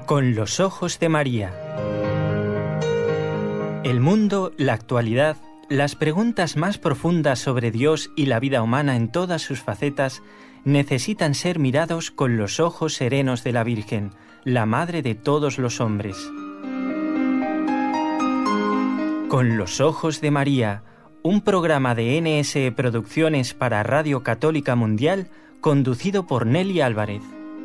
Con los ojos de María. El mundo, la actualidad, las preguntas más profundas sobre Dios y la vida humana en todas sus facetas necesitan ser mirados con los ojos serenos de la Virgen, la Madre de todos los hombres. Con los ojos de María, un programa de NSE Producciones para Radio Católica Mundial, conducido por Nelly Álvarez.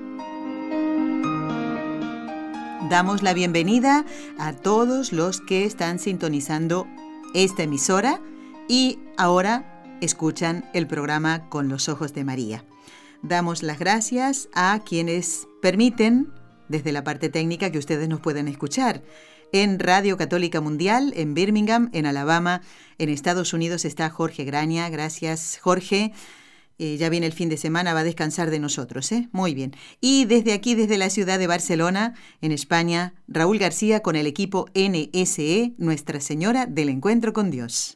Damos la bienvenida a todos los que están sintonizando esta emisora y ahora escuchan el programa Con los Ojos de María. Damos las gracias a quienes permiten, desde la parte técnica, que ustedes nos puedan escuchar. En Radio Católica Mundial, en Birmingham, en Alabama, en Estados Unidos está Jorge Graña. Gracias, Jorge. Ya viene el fin de semana, va a descansar de nosotros, ¿eh? Muy bien. Y desde aquí, desde la ciudad de Barcelona, en España, Raúl García con el equipo NSE, Nuestra Señora del Encuentro con Dios.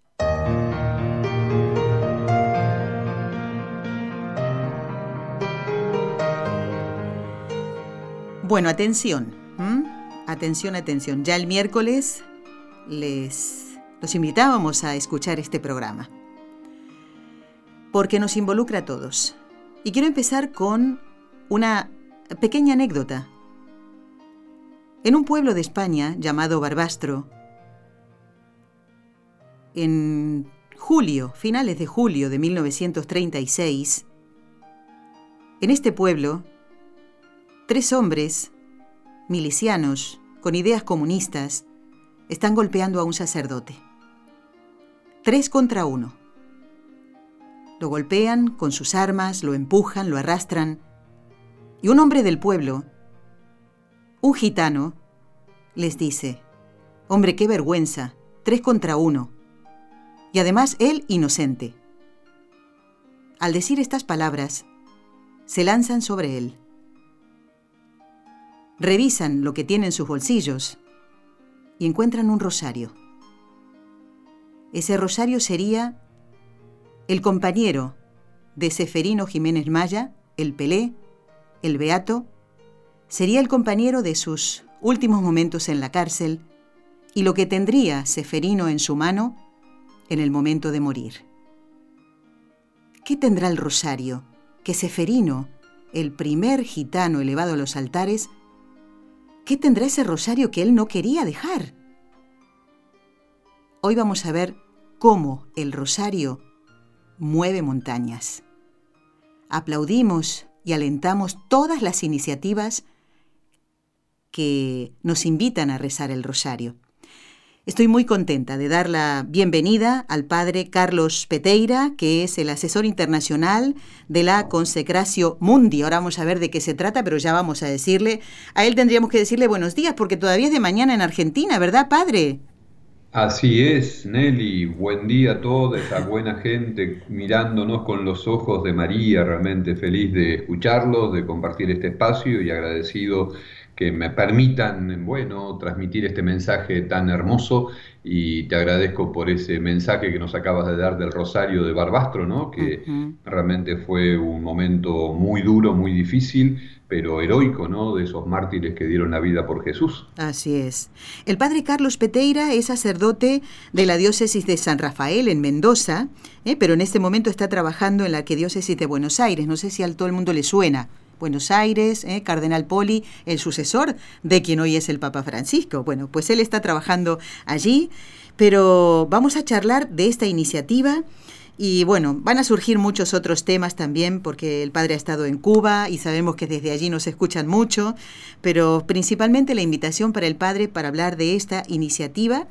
Bueno, atención. Atención. Ya el miércoles los invitábamos a escuchar este programa, porque nos involucra a todos. Y quiero empezar con una pequeña anécdota. En un pueblo de España llamado Barbastro, en finales de julio de 1936, en este pueblo, 3 hombres milicianos con ideas comunistas están golpeando a un sacerdote. 3 contra 1. Lo golpean con sus armas, lo empujan, lo arrastran. Y un hombre del pueblo, un gitano, les dice: «Hombre, qué vergüenza, 3 contra 1. Y además él inocente». Al decir estas palabras, se lanzan sobre él. Revisan lo que tiene en sus bolsillos y encuentran un rosario. Ese rosario sería el compañero de Ceferino Jiménez Maya, el Pelé, el Beato, sería el compañero de sus últimos momentos en la cárcel y lo que tendría Ceferino en su mano en el momento de morir. ¿Qué tendrá el rosario que Ceferino, el primer gitano elevado a los altares, qué tendrá ese rosario que él no quería dejar? Hoy vamos a ver cómo el rosario mueve montañas. Aplaudimos y alentamos todas las iniciativas que nos invitan a rezar el rosario. Estoy muy contenta de dar la bienvenida al padre Carlos Peteira, que es el asesor internacional de la Consecratio Mundi. Ahora vamos a ver de qué se trata, pero ya vamos a decirle. A él tendríamos que decirle buenos días, porque todavía es de mañana en Argentina, ¿verdad, padre? Así es, Nelly. Buen día a toda esa buena gente mirándonos con los ojos de María. Realmente feliz de escucharlos, de compartir este espacio y agradecido que me permitan, transmitir este mensaje tan hermoso, y te agradezco por ese mensaje que nos acabas de dar del Rosario de Barbastro, ¿no? Que realmente fue un momento muy duro, muy difícil, pero heroico, ¿no? De esos mártires que dieron la vida por Jesús. Así es. El padre Carlos Peteira es sacerdote de la diócesis de San Rafael en Mendoza, pero en este momento está trabajando en la arquidiócesis de Buenos Aires. No sé si a todo el mundo le suena. Buenos Aires, Cardenal Poli, el sucesor de quien hoy es el Papa Francisco. Bueno, pues él está trabajando allí, pero vamos a charlar de esta iniciativa y bueno, van a surgir muchos otros temas también, porque el padre ha estado en Cuba y sabemos que desde allí nos escuchan mucho, pero principalmente la invitación para el padre para hablar de esta iniciativa,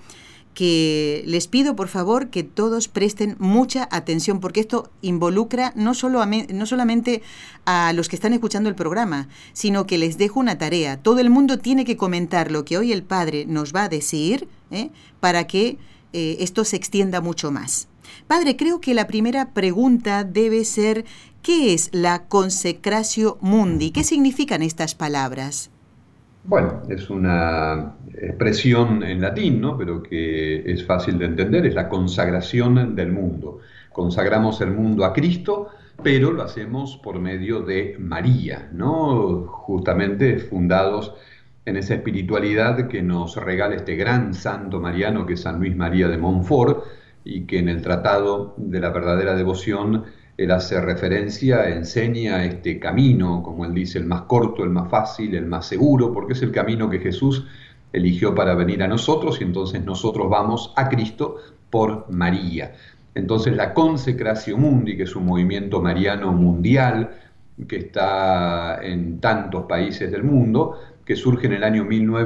que les pido por favor que todos presten mucha atención, porque esto involucra no solamente a los que están escuchando el programa, sino que les dejo una tarea. Todo el mundo tiene que comentar lo que hoy el padre nos va a decir, para que esto se extienda mucho más. Padre, creo que la primera pregunta debe ser: ¿qué es la Consecratio Mundi? ¿Qué significan estas palabras? Bueno, es una expresión en latín, ¿no? Pero que es fácil de entender, es la consagración del mundo. Consagramos el mundo a Cristo, pero lo hacemos por medio de María, ¿no? Justamente fundados en esa espiritualidad que nos regala este gran santo mariano que es San Luis María de Montfort, y que en el Tratado de la Verdadera Devoción él hace referencia, enseña este camino, como él dice, el más corto, el más fácil, el más seguro, porque es el camino que Jesús eligió para venir a nosotros, y entonces nosotros vamos a Cristo por María. Entonces la Consecratio Mundi, que es un movimiento mariano mundial que está en tantos países del mundo, que surge en el año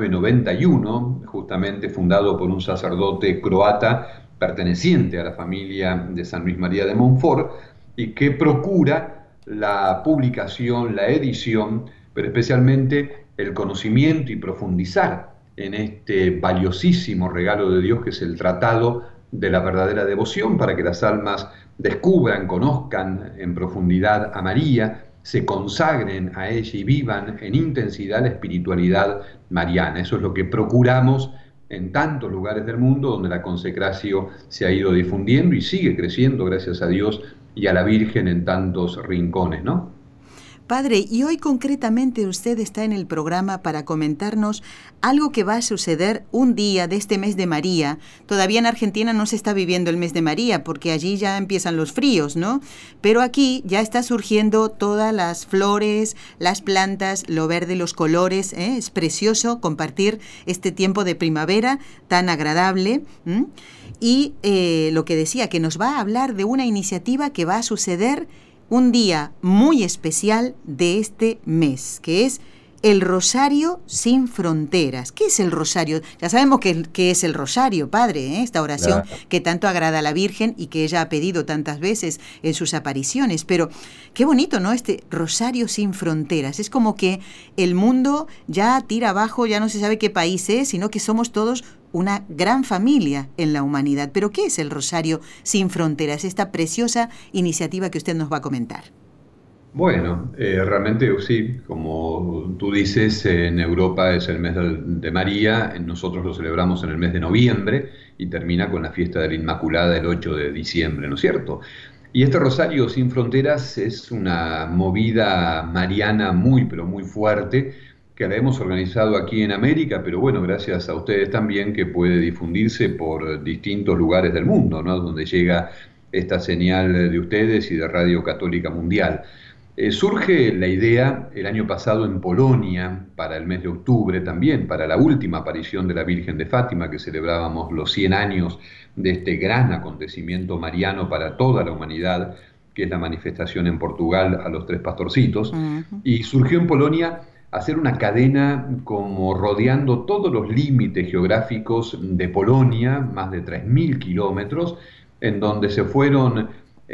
1991, justamente fundado por un sacerdote croata perteneciente a la familia de San Luis María de Montfort, y que procura la publicación, la edición, pero especialmente el conocimiento y profundizar en este valiosísimo regalo de Dios que es el Tratado de la Verdadera Devoción, para que las almas descubran, conozcan en profundidad a María, se consagren a ella y vivan en intensidad la espiritualidad mariana. Eso es lo que procuramos en tantos lugares del mundo donde la consecración se ha ido difundiendo y sigue creciendo, gracias a Dios y a la Virgen, en tantos rincones, ¿no? Padre, y hoy concretamente usted está en el programa para comentarnos algo que va a suceder un día de este mes de María. Todavía en Argentina no se está viviendo el mes de María porque allí ya empiezan los fríos, ¿no? Pero aquí ya está surgiendo todas las flores, las plantas, lo verde, los colores, ¿eh? Es precioso compartir este tiempo de primavera tan agradable. Y lo que decía, que nos va a hablar de una iniciativa que va a suceder un día muy especial de este mes, que es el Rosario sin Fronteras. ¿Qué es el Rosario? Ya sabemos que es el Rosario, Padre, ¿eh? Esta oración que tanto agrada a la Virgen y que ella ha pedido tantas veces en sus apariciones. Pero qué bonito, ¿no? Este Rosario sin Fronteras. Es como que el mundo ya tira abajo, ya no se sabe qué país es, sino que somos todos una gran familia en la humanidad. Pero ¿qué es el Rosario sin Fronteras? Esta preciosa iniciativa que usted nos va a comentar. Bueno, realmente sí, como tú dices, en Europa es el mes de María, nosotros lo celebramos en el mes de noviembre y termina con la fiesta de la Inmaculada el 8 de diciembre, ¿no es cierto? Y este Rosario sin Fronteras es una movida mariana muy, pero muy fuerte, que la hemos organizado aquí en América, pero bueno, gracias a ustedes también, que puede difundirse por distintos lugares del mundo, ¿no? Donde llega esta señal de ustedes y de Radio Católica Mundial. Surge la idea el año pasado en Polonia, para el mes de octubre también, para la última aparición de la Virgen de Fátima, que celebrábamos los 100 años de este gran acontecimiento mariano para toda la humanidad, que es la manifestación en Portugal a los tres pastorcitos. Y surgió en Polonia hacer una cadena como rodeando todos los límites geográficos de Polonia, más de 3.000 kilómetros, en donde se fueron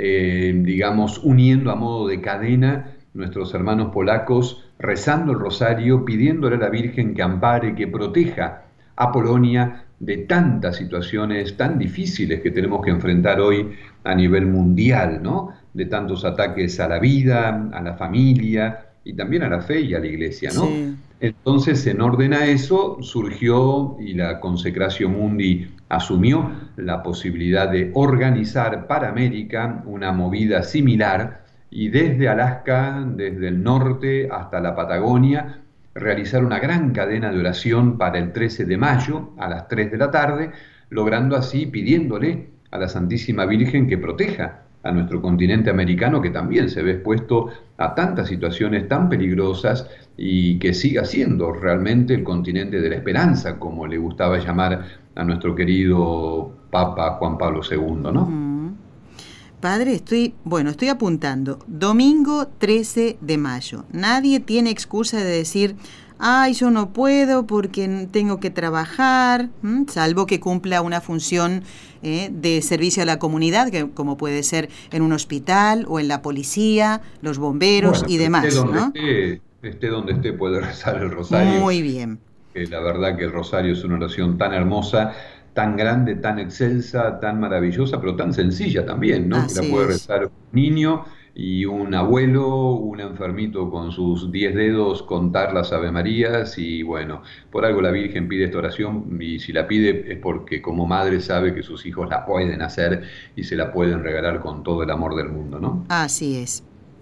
digamos, uniendo a modo de cadena nuestros hermanos polacos, rezando el rosario, pidiéndole a la Virgen que ampare, que proteja a Polonia de tantas situaciones tan difíciles que tenemos que enfrentar hoy a nivel mundial, ¿no? De tantos ataques a la vida, a la familia y también a la fe y a la iglesia, ¿no? Sí. Entonces, en orden a eso, surgió y la Consecratio Mundi asumió la posibilidad de organizar para América una movida similar y desde Alaska, desde el norte hasta la Patagonia, realizar una gran cadena de oración para el 13 de mayo a las 3 de la tarde, logrando así, pidiéndole a la Santísima Virgen que proteja a nuestro continente americano, que también se ve expuesto a tantas situaciones tan peligrosas, y que siga siendo realmente el continente de la esperanza, como le gustaba llamar a nuestro querido Papa Juan Pablo II, ¿no? Padre, estoy apuntando. Domingo 13 de mayo. Nadie tiene excusa de decir, ay, yo no puedo porque tengo que trabajar, salvo que cumpla una función de servicio a la comunidad, que, como puede ser en un hospital o en la policía, los bomberos y demás, ¿no? Esté donde esté, puede rezar el rosario. Muy bien. La verdad que el rosario es una oración tan hermosa, tan grande, tan excelsa, tan maravillosa, pero tan sencilla también, ¿no? Así que la puede es. rezar un niño y un abuelo, un enfermito con sus 10 dedos, contar las Avemarías, y bueno, por algo la Virgen pide esta oración, y si la pide es porque como madre sabe que sus hijos la pueden hacer y se la pueden regalar con todo el amor del mundo, ¿no? Así es.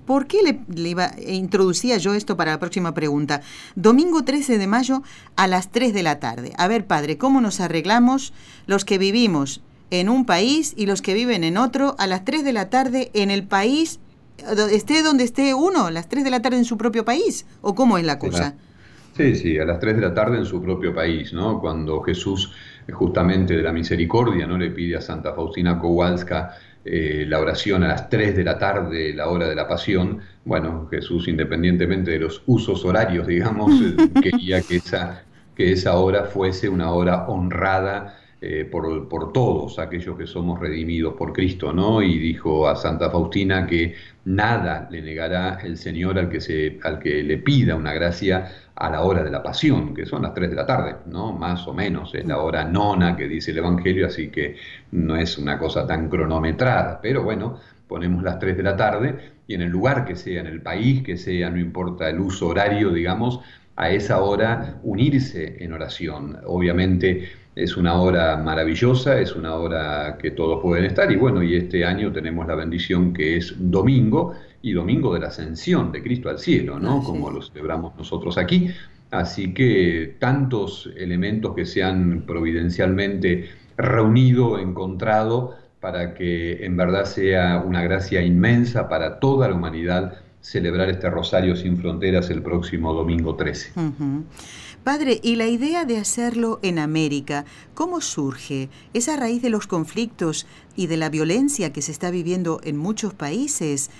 ¿por qué introducía yo esto para la próxima pregunta? Domingo 13 de mayo a las 3 de la tarde. A ver, padre, ¿cómo nos arreglamos los que vivimos en un país y los que viven en otro a las 3 de la tarde en el país, esté donde esté uno, a las 3 de la tarde en su propio país? ¿O cómo es la cosa? Sí, a las 3 de la tarde en su propio país, ¿no? Cuando Jesús, justamente de la misericordia, ¿no? Le pide a Santa Faustina Kowalska la oración a las 3 de la tarde, la hora de la pasión. Bueno, Jesús, independientemente de los usos horarios, digamos, quería que esa hora fuese una hora honrada por todos aquellos que somos redimidos por Cristo, ¿no? Y dijo a Santa Faustina que nada le negará el Señor al que le pida una gracia a la hora de la pasión, que son las 3 de la tarde, ¿no? Más o menos, es la hora nona que dice el Evangelio, así que no es una cosa tan cronometrada, pero bueno, ponemos las 3 de la tarde y en el lugar que sea, en el país que sea, no importa el uso horario, digamos, a esa hora unirse en oración. Obviamente es una hora maravillosa, es una hora que todos pueden estar y bueno, y este año tenemos la bendición que es domingo y domingo de la ascensión de Cristo al cielo, ¿no? Como lo celebramos nosotros aquí. Así que tantos elementos que se han providencialmente reunido, encontrado, para que en verdad sea una gracia inmensa para toda la humanidad celebrar este Rosario sin Fronteras el próximo domingo 13. Uh-huh. Padre, ¿y la idea de hacerlo en América, cómo surge? ¿Es a raíz de los conflictos y de la violencia que se está viviendo en muchos países?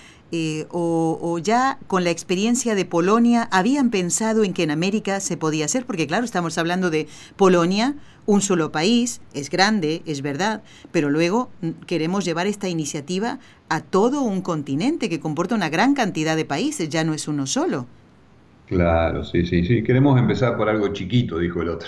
¿O ya con la experiencia de Polonia habían pensado en que en América se podía hacer? Porque claro, estamos hablando de Polonia, un solo país, es grande, es verdad, pero luego queremos llevar esta iniciativa a todo un continente que comporta una gran cantidad de países, ya no es uno solo. Claro, sí. Queremos empezar por algo chiquito, dijo el otro.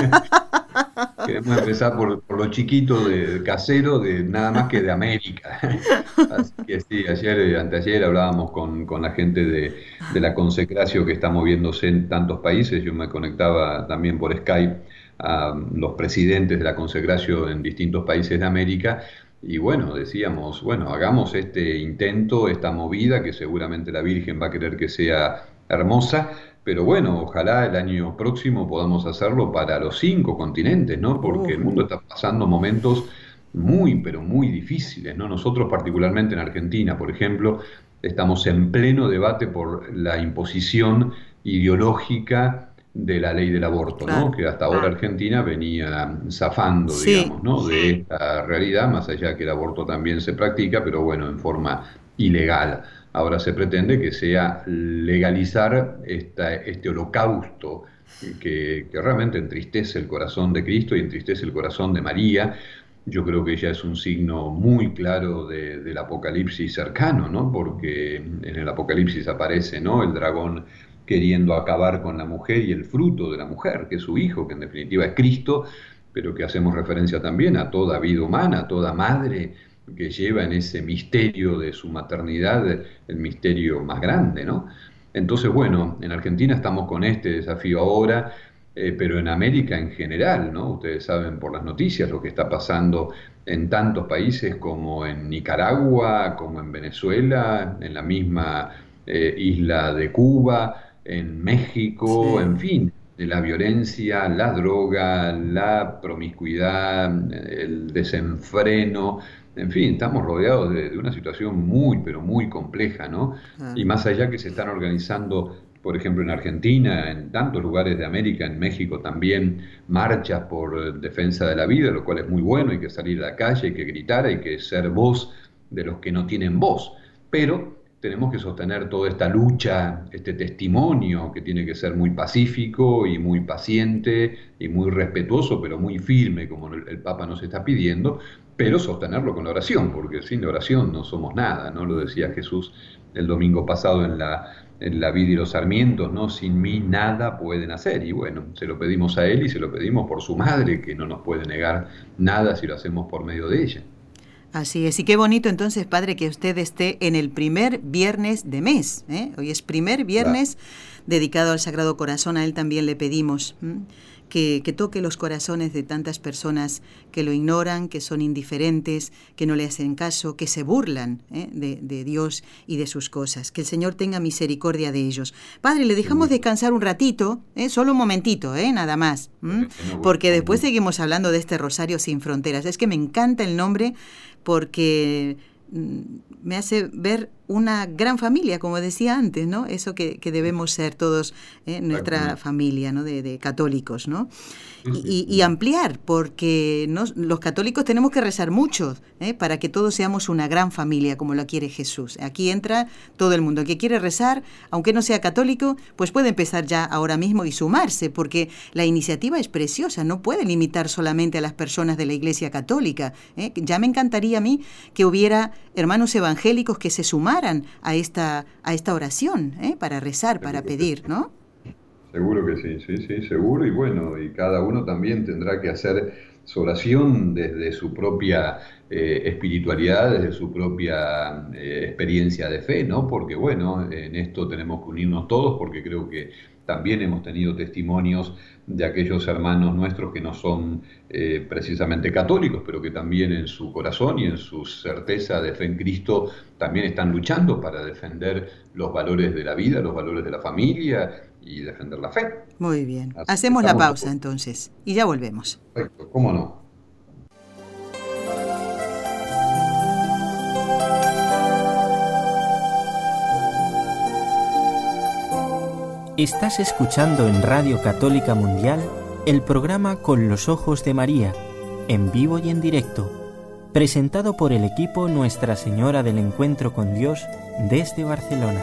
Queremos empezar por lo chiquito de casero, de nada más que de América. Así que sí, anteayer hablábamos con la gente de la consecración que está moviéndose en tantos países. Yo me conectaba también por Skype a los presidentes de la consecración en distintos países de América. Y bueno, decíamos, bueno, hagamos este intento, esta movida, que seguramente la Virgen va a querer que sea hermosa, pero bueno, ojalá el año próximo podamos hacerlo para los 5 continentes, ¿no? Porque el mundo está pasando momentos pero muy difíciles, ¿no? Nosotros particularmente en Argentina, por ejemplo, estamos en pleno debate por la imposición ideológica de la ley del aborto, ¿no? Que hasta ahora Argentina venía zafando, digamos, ¿no? De esta realidad, más allá que el aborto también se practica, pero bueno, en forma ilegal. Ahora se pretende que sea legalizar este holocausto que realmente entristece el corazón de Cristo y entristece el corazón de María. Yo creo que ya es un signo muy claro del Apocalipsis cercano, ¿no? Porque en el Apocalipsis aparece, ¿no? El dragón queriendo acabar con la mujer y el fruto de la mujer, que es su hijo, que en definitiva es Cristo, pero que hacemos referencia también a toda vida humana, a toda madre que lleva en ese misterio de su maternidad, el misterio más grande, ¿no? Entonces, bueno, en Argentina estamos con este desafío ahora, pero en América en general, ¿no? Ustedes saben por las noticias lo que está pasando en tantos países como en Nicaragua, como en Venezuela, en la misma isla de Cuba, en México, en fin, de la violencia, la droga, la promiscuidad, el desenfreno. En fin, estamos rodeados de una situación pero muy compleja, ¿no? Y más allá que se están organizando, por ejemplo, en Argentina, en tantos lugares de América, en México también, marchas por defensa de la vida, lo cual es muy bueno, hay que salir a la calle, hay que gritar, hay que ser voz de los que no tienen voz. Pero tenemos que sostener toda esta lucha, este testimonio que tiene que ser muy pacífico y muy paciente y muy respetuoso, pero muy firme, como el Papa nos está pidiendo, pero sostenerlo con la oración, porque sin la oración no somos nada, ¿no? Lo decía Jesús el domingo pasado en la vid y los sarmientos, ¿no? Sin mí nada pueden hacer. Y bueno, se lo pedimos a Él y se lo pedimos por su madre, que no nos puede negar nada si lo hacemos por medio de ella. Así es, y qué bonito entonces, padre, que usted esté en el primer viernes de mes, ¿eh? Hoy es primer viernes dedicado al Sagrado Corazón, a él también le pedimos que toque los corazones de tantas personas que lo ignoran, que son indiferentes, que no le hacen caso, que se burlan de Dios y de sus cosas. Que el Señor tenga misericordia de ellos. Padre, le dejamos descansar un ratito, solo un momentito, nada más, porque después seguimos hablando de este Rosario Sin Fronteras. Es que me encanta el nombre porque me hace ver una gran familia, como decía antes, ¿no? Eso que debemos ser todos, nuestra familia, ¿no? de católicos, ¿no? Y ampliar, porque los católicos tenemos que rezar mucho, para que todos seamos una gran familia, como lo quiere Jesús. Aquí entra todo el mundo. El que quiere rezar, aunque no sea católico, pues puede empezar ya ahora mismo y sumarse, porque la iniciativa es preciosa, no puede limitar solamente a las personas de la Iglesia Católica. Ya me encantaría a mí que hubiera hermanos evangélicos que se sumaran a esta oración, para rezar, para pedir, ¿no? Seguro que sí, seguro. Y bueno, y cada uno también tendrá que hacer su oración desde su propia espiritualidad, desde su propia experiencia de fe, ¿no? Porque bueno, en esto tenemos que unirnos todos, porque creo que también hemos tenido testimonios de aquellos hermanos nuestros que no son precisamente católicos, pero que también en su corazón y en su certeza de fe en Cristo también están luchando para defender los valores de la vida, los valores de la familia y defender la fe. Muy bien. Hacemos la pausa entonces y ya volvemos. Perfecto, ¿cómo no? Estás escuchando en Radio Católica Mundial el programa Con los Ojos de María, en vivo y en directo, presentado por el equipo Nuestra Señora del Encuentro con Dios desde Barcelona.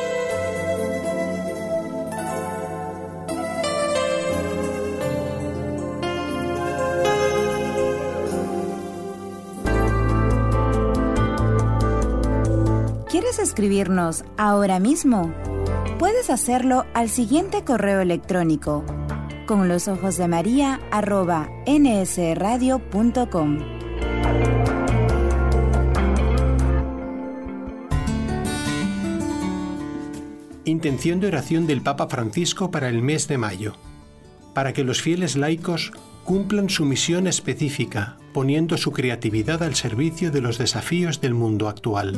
¿Quieres escribirnos ahora mismo? Puedes hacerlo al siguiente correo electrónico: conlosojosdemaria@nsradio.com. Intención de oración del Papa Francisco para el mes de mayo. Para que los fieles laicos cumplan su misión específica, poniendo su creatividad al servicio de los desafíos del mundo actual.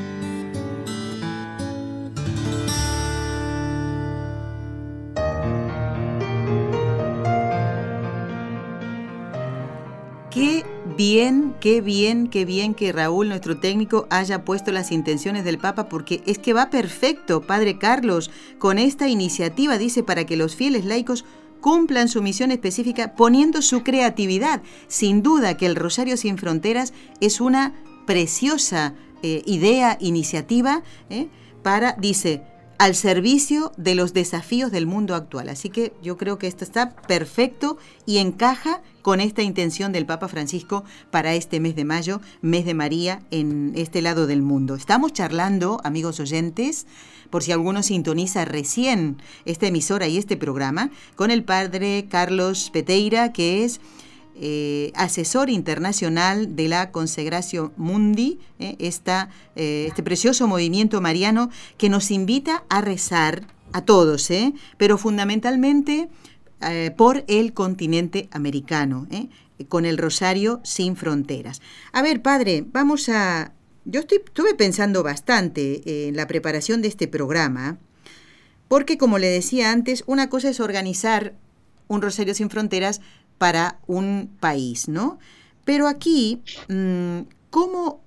Qué bien que Raúl, nuestro técnico, haya puesto las intenciones del Papa, porque es que va perfecto, Padre Carlos, con esta iniciativa. Dice, para que los fieles laicos cumplan su misión específica poniendo su creatividad. Sin duda que el Rosario Sin Fronteras es una preciosa iniciativa, dice, al servicio de los desafíos del mundo actual. Así que yo creo que esto está perfecto y encaja con esta intención del Papa Francisco para este mes de mayo, mes de María en este lado del mundo. Estamos charlando, amigos oyentes, por si alguno sintoniza recién esta emisora y este programa, con el Padre Carlos Peteira, que es asesor internacional de la Consegratio Mundi, este precioso movimiento mariano que nos invita a rezar a todos, pero fundamentalmente por el continente americano, con el Rosario Sin Fronteras. A ver, Padre, yo estuve pensando bastante en la preparación de este programa, porque como le decía antes, una cosa es organizar un Rosario Sin Fronteras para un país, ¿no? Pero aquí, ¿cómo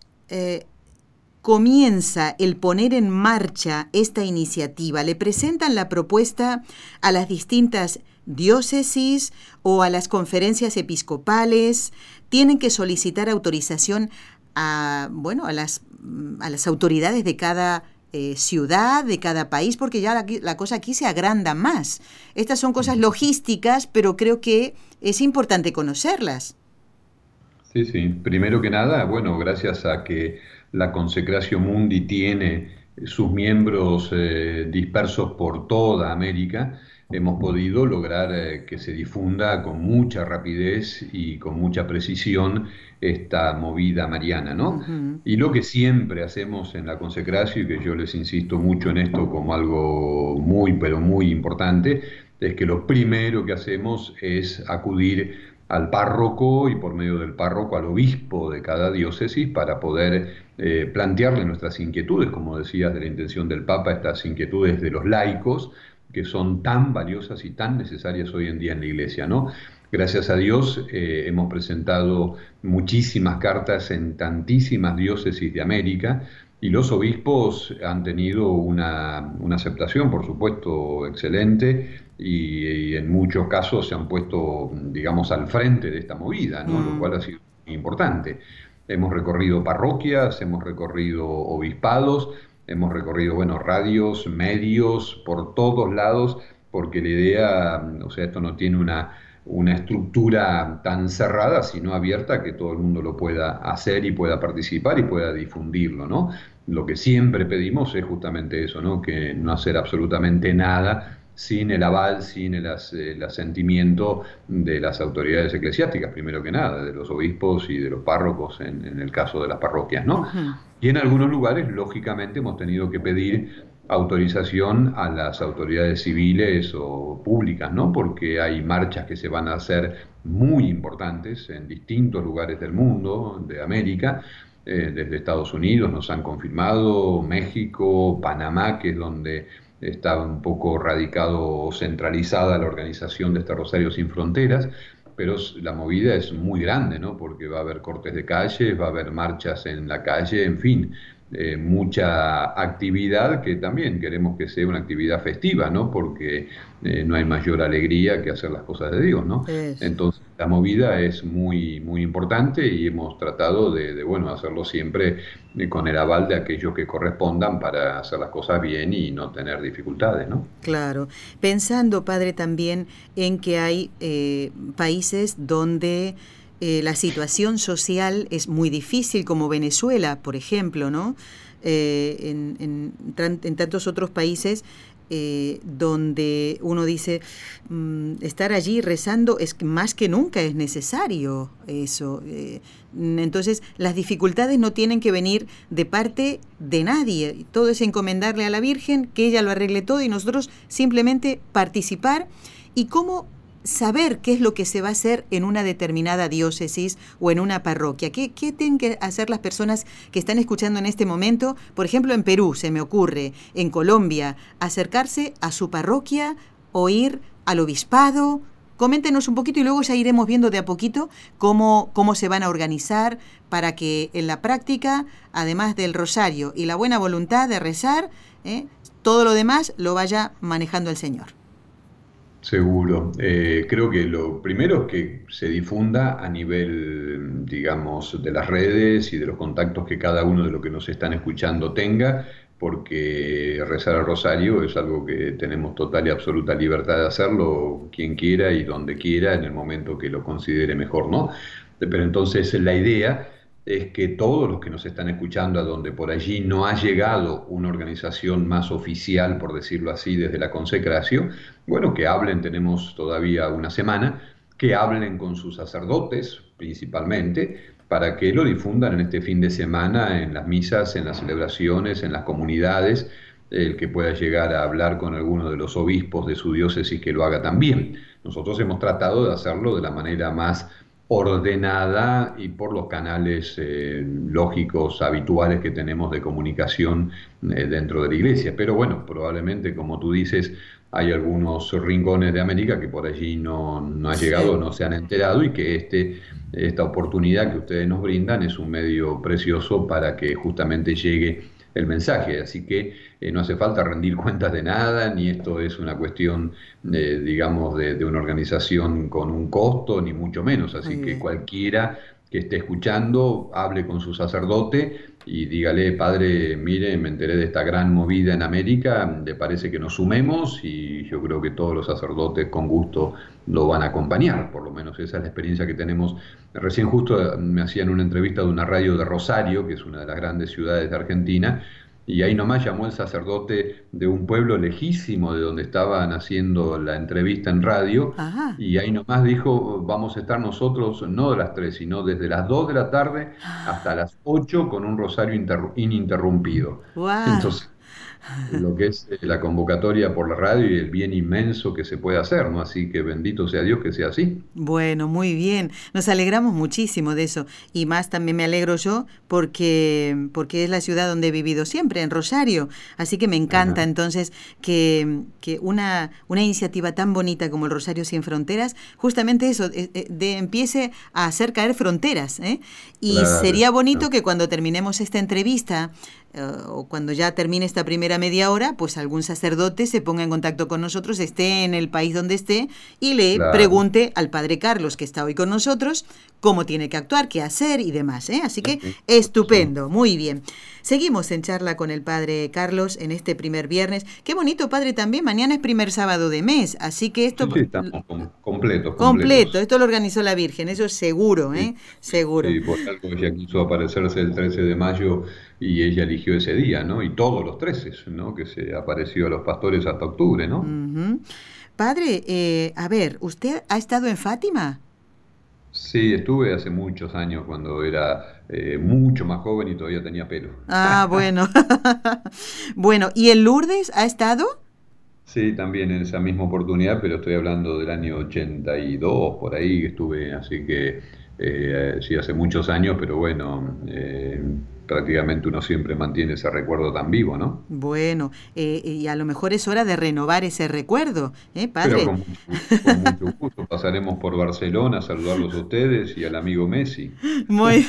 comienza el poner en marcha esta iniciativa? ¿Le presentan la propuesta a las distintas diócesis o a las conferencias episcopales? ¿Tienen que solicitar autorización a las autoridades de cada ciudad, de cada país? Porque ya la cosa aquí se agranda más. Estas son cosas logísticas, pero creo que es importante conocerlas. Sí. Primero que nada, bueno, gracias a que la Consegratio Mundi tiene sus miembros dispersos por toda América, hemos podido lograr que se difunda con mucha rapidez y con mucha precisión esta movida mariana, ¿no? Ujú. Y lo que siempre hacemos en la consecración, y que yo les insisto mucho en esto como algo muy, pero muy importante, es que lo primero que hacemos es acudir al párroco y por medio del párroco al obispo de cada diócesis para poder plantearle nuestras inquietudes, como decías, de la intención del Papa, estas inquietudes de los laicos, que son tan valiosas y tan necesarias hoy en día en la Iglesia, ¿no? Gracias a Dios hemos presentado muchísimas cartas en tantísimas diócesis de América y los obispos han tenido una aceptación, por supuesto, excelente y en muchos casos se han puesto, digamos, al frente de esta movida, ¿no? Lo Mm. cual ha sido muy importante. Hemos recorrido parroquias, hemos recorrido obispados, hemos recorrido, bueno, radios, medios, por todos lados, porque la idea, o sea, esto no tiene una estructura tan cerrada, sino abierta, que todo el mundo lo pueda hacer y pueda participar y pueda difundirlo, ¿no? Lo que siempre pedimos es justamente eso, ¿no? Que no hacer absolutamente nada sin el aval, sin el asentimiento de las autoridades eclesiásticas, primero que nada, de los obispos y de los párrocos en el caso de las parroquias, ¿no? Ujú. Y en algunos lugares, lógicamente, hemos tenido que pedir autorización a las autoridades civiles o públicas, ¿no? Porque hay marchas que se van a hacer muy importantes en distintos lugares del mundo, de América, desde Estados Unidos nos han confirmado, México, Panamá, que es donde está un poco radicado o centralizada la organización de este Rosario Sin Fronteras, pero la movida es muy grande, ¿no? Porque va a haber cortes de calle, va a haber marchas en la calle, en fin, mucha actividad que también queremos que sea una actividad festiva, ¿no? Porque no hay mayor alegría que hacer las cosas de Dios, ¿no? Eso. Entonces, la movida es muy, muy importante y hemos tratado bueno, hacerlo siempre con el aval de aquellos que correspondan para hacer las cosas bien y no tener dificultades, ¿no? Claro. Pensando, padre, también en que hay países donde la situación social es muy difícil, como Venezuela, por ejemplo, ¿no? En tantos otros países donde uno dice, estar allí rezando es más que nunca es necesario eso. Entonces, las dificultades no tienen que venir de parte de nadie. Todo es encomendarle a la Virgen, que ella lo arregle todo y nosotros simplemente participar. ¿Y cómo saber qué es lo que se va a hacer en una determinada diócesis o en una parroquia? ¿Qué tienen que hacer las personas que están escuchando en este momento? Por ejemplo, en Perú, se me ocurre, en Colombia, acercarse a su parroquia o ir al obispado. Coméntenos un poquito y luego ya iremos viendo de a poquito cómo se van a organizar para que en la práctica, además del rosario y la buena voluntad de rezar, todo lo demás lo vaya manejando el Señor. Seguro. Creo que lo primero es que se difunda a nivel, digamos, de las redes y de los contactos que cada uno de los que nos están escuchando tenga, porque rezar el rosario es algo que tenemos total y absoluta libertad de hacerlo quien quiera y donde quiera, en el momento que lo considere mejor, ¿no? Pero entonces la idea es que todos los que nos están escuchando, a donde por allí no ha llegado una organización más oficial, por decirlo así, desde la consecración, bueno, que hablen, tenemos todavía una semana, que hablen con sus sacerdotes principalmente, para que lo difundan en este fin de semana, en las misas, en las celebraciones, en las comunidades, el que pueda llegar a hablar con alguno de los obispos de su diócesis que lo haga también. Nosotros hemos tratado de hacerlo de la manera más ordenada y por los canales lógicos, habituales que tenemos de comunicación dentro de la iglesia. Pero bueno, probablemente, como tú dices, hay algunos rincones de América que por allí no ha llegado, Sí. no se han enterado y que esta oportunidad que ustedes nos brindan es un medio precioso para que justamente llegue el mensaje. Así que no hace falta rendir cuentas de nada, ni esto es una cuestión, digamos, de una organización con un costo, ni mucho menos. Muy Así que bien. cualquiera que esté escuchando, hable con su sacerdote y dígale, padre, mire, me enteré de esta gran movida en América, ¿le parece que nos sumemos? Y yo creo que todos los sacerdotes con gusto lo van a acompañar, por lo menos esa es la experiencia que tenemos. Recién justo me hacían una entrevista de una radio de Rosario, que es una de las grandes ciudades de Argentina, y ahí nomás llamó el sacerdote de un pueblo lejísimo de donde estaban haciendo la entrevista en radio, Ajá. y ahí nomás dijo, vamos a estar nosotros no de las 3, sino desde las 2 de la tarde hasta las 8 con un rosario ininterrumpido. ¡Wow! Entonces, lo que es la convocatoria por la radio y el bien inmenso que se puede hacer, ¿no? Así que bendito sea Dios que sea así. Bueno, muy bien. Nos alegramos muchísimo de eso. Y más también me alegro yo porque es la ciudad donde he vivido siempre, en Rosario. Así que me encanta Ajá. entonces que una iniciativa tan bonita como el Rosario Sin Fronteras, justamente eso, empiece a hacer caer fronteras, ¿eh? Y Claro, sería bonito que cuando terminemos esta entrevista, o cuando ya termine esta primera media hora, pues algún sacerdote se ponga en contacto con nosotros, esté en el país donde esté, y le claro. pregunte al padre Carlos, que está hoy con nosotros, cómo tiene que actuar, qué hacer y demás, ¿eh? Así que Sí, sí. estupendo, muy bien. Seguimos en charla con el padre Carlos en este primer viernes. Qué bonito, padre, también. Mañana es primer sábado de mes, así que Sí, esto sí, estamos completos, completo, completos. esto lo organizó la Virgen, eso es seguro, Sí, ¿eh? Seguro. sí, por algo ella quiso aparecerse el 13 de mayo y ella eligió ese día, ¿no? Y todos los 13, ¿no? Que se apareció a los pastores hasta octubre, ¿no? Ujú. Padre, a ver, ¿usted ha estado en Fátima? Sí, estuve hace muchos años cuando era mucho más joven y todavía tenía pelo. Ah, bueno. Bueno, ¿y en Lourdes ha estado? Sí, también en esa misma oportunidad, pero estoy hablando del año 82, por ahí que estuve, así que sí, hace muchos años, pero bueno, prácticamente uno siempre mantiene ese recuerdo tan vivo, ¿no? Bueno, y a lo mejor es hora de renovar ese recuerdo, ¿eh, Pero padre? con mucho gusto pasaremos por Barcelona a saludarlos a ustedes y al amigo Messi. Muy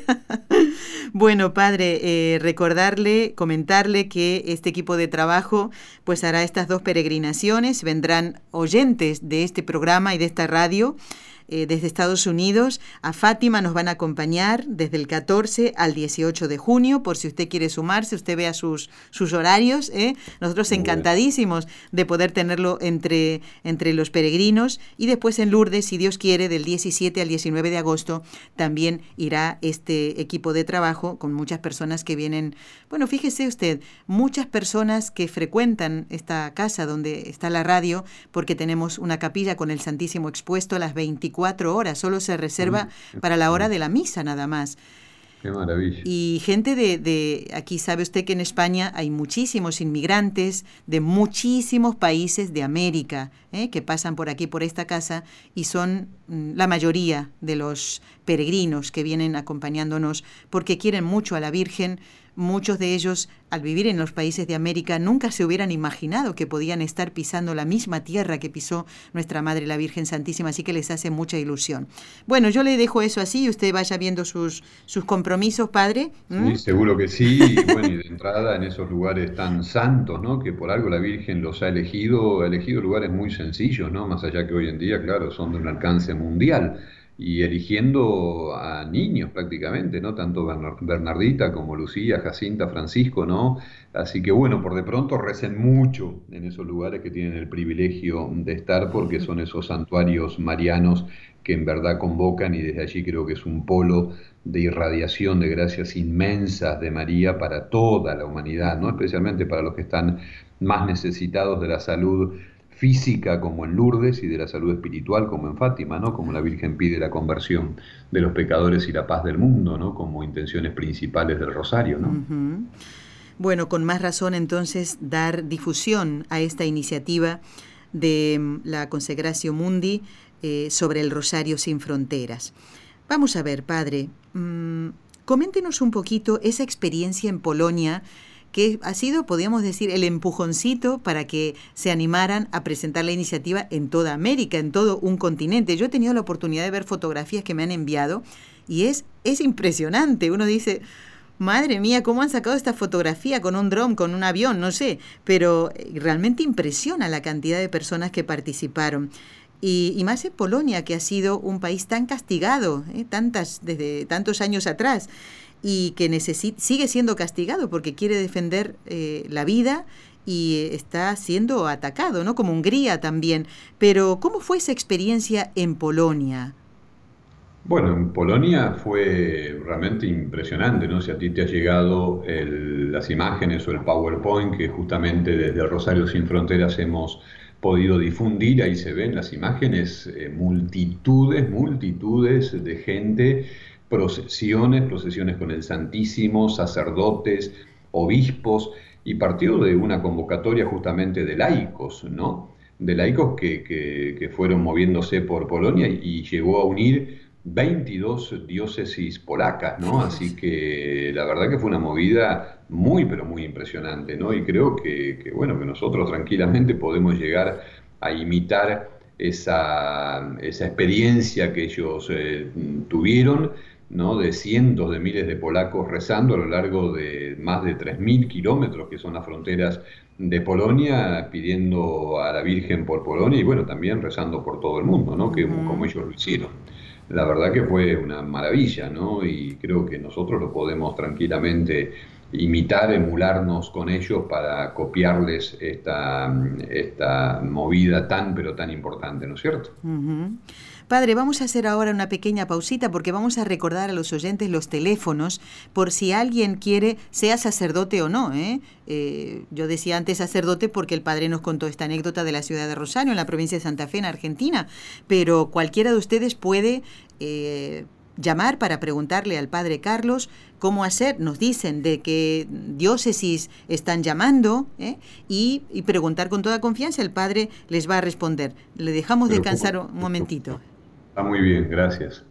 bueno, padre, recordarle, comentarle que este equipo de trabajo pues hará estas dos peregrinaciones, vendrán oyentes de este programa y de esta radio desde Estados Unidos. A Fátima nos van a acompañar desde el 14 al 18 de junio, por si usted quiere sumarse, usted vea sus horarios, ¿eh? Nosotros Bueno, encantadísimos de poder tenerlo entre los peregrinos. Y después en Lourdes, si Dios quiere, del 17 al 19 de agosto, también irá este equipo de trabajo con muchas personas que vienen. Bueno, fíjese usted, muchas personas que frecuentan esta casa donde está la radio, porque tenemos una capilla con el Santísimo expuesto a las 24 horas, solo se reserva para la hora de la misa nada más. qué maravilla. Y gente aquí sabe usted que en España hay muchísimos inmigrantes de muchísimos países de América, que pasan por aquí, por esta casa, y son la mayoría de los peregrinos que vienen acompañándonos porque quieren mucho a la Virgen. Muchos de ellos, al vivir en los países de América, nunca se hubieran imaginado que podían estar pisando la misma tierra que pisó nuestra Madre la Virgen Santísima, así que les hace mucha ilusión. Bueno, yo le dejo eso así y usted vaya viendo sus compromisos, padre. ¿Mm? Sí, seguro que sí, y bueno, y de entrada en esos lugares tan santos, ¿no? Que por algo la Virgen los ha elegido lugares muy sencillos, ¿no? Más allá que hoy en día, claro, son de un alcance mundial, y eligiendo a niños prácticamente, ¿no? Tanto Bernardita como Lucía, Jacinta, Francisco, ¿no? Así que bueno, por de pronto recen mucho en esos lugares que tienen el privilegio de estar, porque son esos santuarios marianos que en verdad convocan, y desde allí creo que es un polo de irradiación de gracias inmensas de María para toda la humanidad, ¿no? Especialmente para los que están más necesitados de la salud física como en Lourdes y de la salud espiritual como en Fátima, ¿no? Como la Virgen pide la conversión de los pecadores y la paz del mundo, ¿no? Como intenciones principales del rosario, ¿no? Ujú. Bueno, con más razón entonces dar difusión a esta iniciativa de la Consecratio Mundi sobre el Rosario Sin Fronteras. Vamos a ver, padre, coméntenos un poquito esa experiencia en Polonia que ha sido, podríamos decir, el empujoncito para que se animaran a presentar la iniciativa en toda América, en todo un continente. Yo he tenido la oportunidad de ver fotografías que me han enviado y es impresionante. Uno dice, madre mía, ¿cómo han sacado esta fotografía con un dron, con un avión? No sé, pero realmente impresiona la cantidad de personas que participaron. Y más en Polonia, que ha sido un país tan castigado, desde tantos años atrás, y que sigue siendo castigado porque quiere defender la vida y está siendo atacado, ¿no? Como Hungría también. Pero, ¿cómo fue esa experiencia en Polonia? Bueno, en Polonia fue realmente impresionante, ¿no? Si a ti te ha llegado las imágenes o el PowerPoint que justamente desde el Rosario Sin Fronteras hemos podido difundir, ahí se ven las imágenes, multitudes de gente, procesiones con el Santísimo, sacerdotes, obispos, y partió de una convocatoria justamente de laicos, ¿no? De laicos que fueron moviéndose por Polonia y llegó a unir 22 diócesis polacas, ¿no? Así que la verdad que fue una movida muy, pero muy impresionante, ¿no? Y creo bueno, que nosotros tranquilamente podemos llegar a imitar esa experiencia que ellos tuvieron, ¿no? De cientos de miles de polacos rezando a lo largo de más de 3.000 kilómetros, que son las fronteras de Polonia, pidiendo a la Virgen por Polonia y bueno, también rezando por todo el mundo, ¿no? Como ellos lo hicieron. La verdad que fue una maravilla, ¿no? Y creo que nosotros lo podemos tranquilamente imitar, emularnos con ellos para copiarles esta movida tan, pero tan importante, ¿no es cierto? Padre, vamos a hacer ahora una pequeña pausita porque vamos a recordar a los oyentes los teléfonos por si alguien quiere, sea sacerdote o no, ¿eh? Yo decía antes sacerdote porque el padre nos contó esta anécdota de la ciudad de Rosario, en la provincia de Santa Fe, en Argentina, pero cualquiera de ustedes puede llamar para preguntarle al padre Carlos cómo hacer. Nos dicen de qué diócesis están llamando, y preguntar con toda confianza, el padre les va a responder. Le dejamos descansar un momentito. Está muy bien, gracias.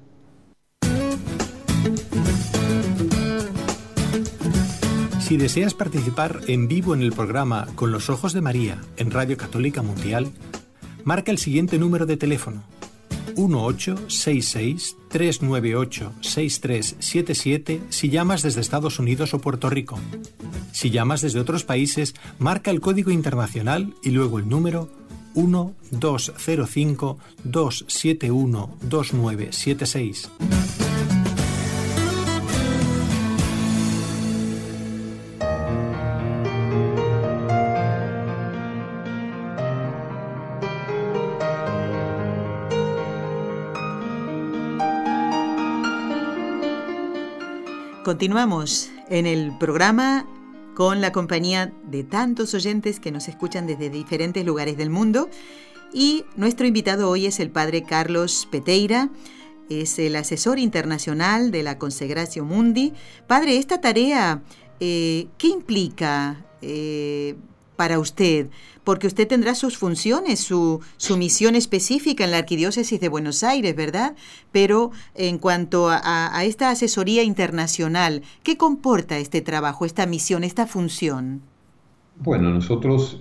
Si deseas participar en vivo en el programa Con los Ojos de María en Radio Católica Mundial, marca el siguiente número de teléfono: 1866-398-6377 si llamas desde Estados Unidos o Puerto Rico. Si llamas desde otros países, marca el código internacional y luego el número 1205-271-2976. Continuamos en el programa con la compañía de tantos oyentes que nos escuchan desde diferentes lugares del mundo, y nuestro invitado hoy es el padre Carlos Peteira, es el asesor internacional de la Consecratio Mundi. Padre, esta tarea, ¿qué implica para usted? Porque usted tendrá sus funciones, su misión específica en la Arquidiócesis de Buenos Aires, ¿verdad? Pero en cuanto a esta asesoría internacional, ¿qué comporta este trabajo, esta misión, esta función? Bueno, nosotros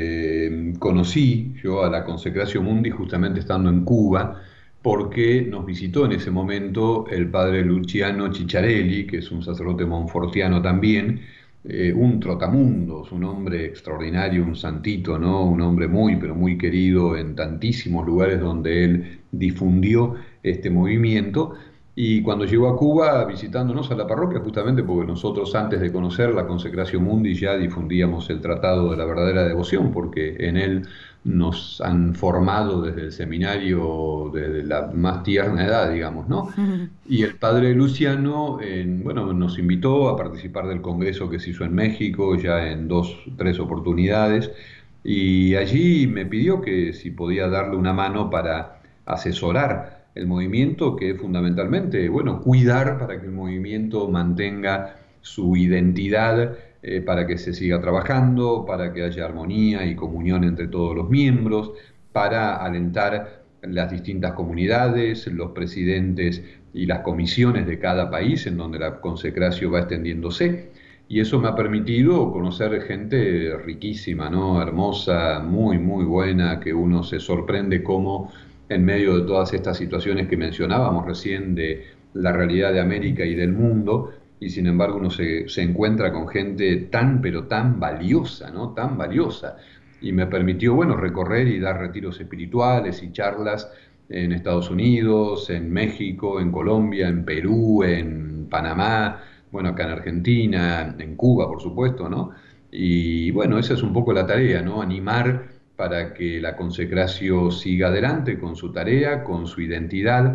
conocí yo a la Consecratio Mundi justamente estando en Cuba, porque nos visitó en ese momento el padre Luciano Cicciarelli, que es un sacerdote monfortiano también, un trotamundos, un hombre extraordinario, un santito, ¿no? Un hombre muy, pero muy querido en tantísimos lugares donde él difundió este movimiento. Y cuando llegó a Cuba visitándonos a la parroquia, justamente porque nosotros antes de conocer la Consecratio Mundi ya difundíamos el Tratado de la Verdadera Devoción, porque en él nos han formado desde el seminario, desde la más tierna edad, digamos, ¿no? Y el padre Luciano, bueno, nos invitó a participar del congreso que se hizo en México, ya en 3 oportunidades, y allí me pidió que si podía darle una mano para asesorar el movimiento, que es fundamentalmente, bueno, cuidar para que el movimiento mantenga su identidad, para que se siga trabajando, para que haya armonía y comunión entre todos los miembros, para alentar las distintas comunidades, los presidentes y las comisiones de cada país en donde la consecratio va extendiéndose. Y eso me ha permitido conocer gente riquísima, ¿no? Hermosa, muy, muy buena, que uno se sorprende cómo en medio de todas estas situaciones que mencionábamos recién de la realidad de América y del mundo, y sin embargo uno se encuentra con gente tan, pero tan valiosa, ¿no? Tan valiosa. Y me permitió, bueno, recorrer y dar retiros espirituales y charlas en Estados Unidos, en México, en Colombia, en Perú, en Panamá, bueno, acá en Argentina, en Cuba, por supuesto, ¿no? Y bueno, esa es un poco la tarea, ¿no? Animar para que la consecratio siga adelante con su tarea, con su identidad,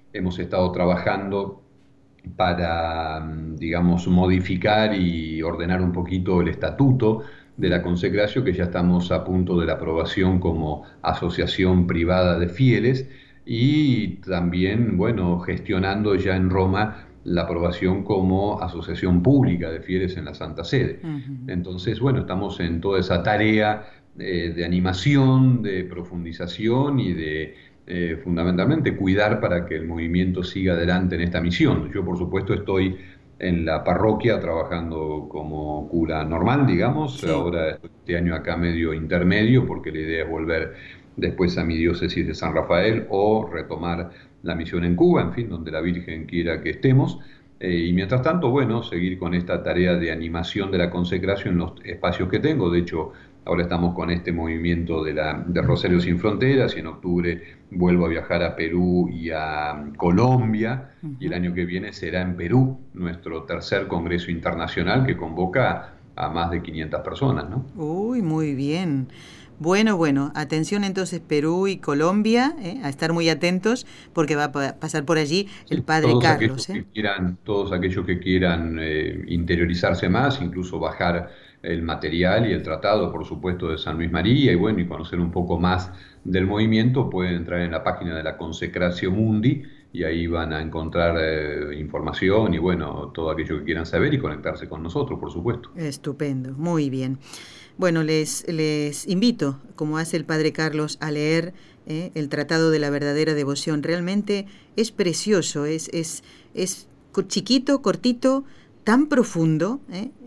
hemos estado trabajando para, digamos, modificar y ordenar un poquito el estatuto de la Consecratio, que ya estamos a punto de la aprobación como asociación privada de fieles, y también, bueno, gestionando ya en Roma la aprobación como asociación pública de fieles en la Santa Sede. Ujú. Entonces, bueno, estamos en toda esa tarea de animación, de profundización y de fundamentalmente cuidar para que el movimiento siga adelante en esta misión. Yo, por supuesto, estoy en la parroquia trabajando como cura normal, digamos. Sí. Ahora estoy este año acá medio intermedio porque la idea es volver después a mi diócesis de San Rafael o retomar la misión en Cuba, en fin, donde la Virgen quiera que estemos. Y mientras tanto, bueno, seguir con esta tarea de animación de la consecración en los espacios que tengo. De hecho, ahora estamos con este movimiento de Rosario Sin Fronteras y en octubre vuelvo a viajar a Perú y a Colombia, y el Ujú. año que viene será en Perú nuestro tercer Congreso Internacional que convoca a más de 500 personas, ¿no? Uy, muy bien. Bueno, bueno, atención entonces Perú y Colombia, a estar muy atentos porque va a pasar por allí el Sí, padre Carlos. todos aquellos que quieran interiorizarse más, incluso bajar el material y el tratado, por supuesto, de San Luis María, y bueno, y conocer un poco más del movimiento, pueden entrar en la página de la Consecratio Mundi, y ahí van a encontrar información y bueno, todo aquello que quieran saber y conectarse con nosotros, por supuesto. Estupendo, muy bien. Bueno, les invito, como hace el padre Carlos, a leer el Tratado de la Verdadera Devoción. Realmente es precioso, es chiquito, cortito, tan profundo.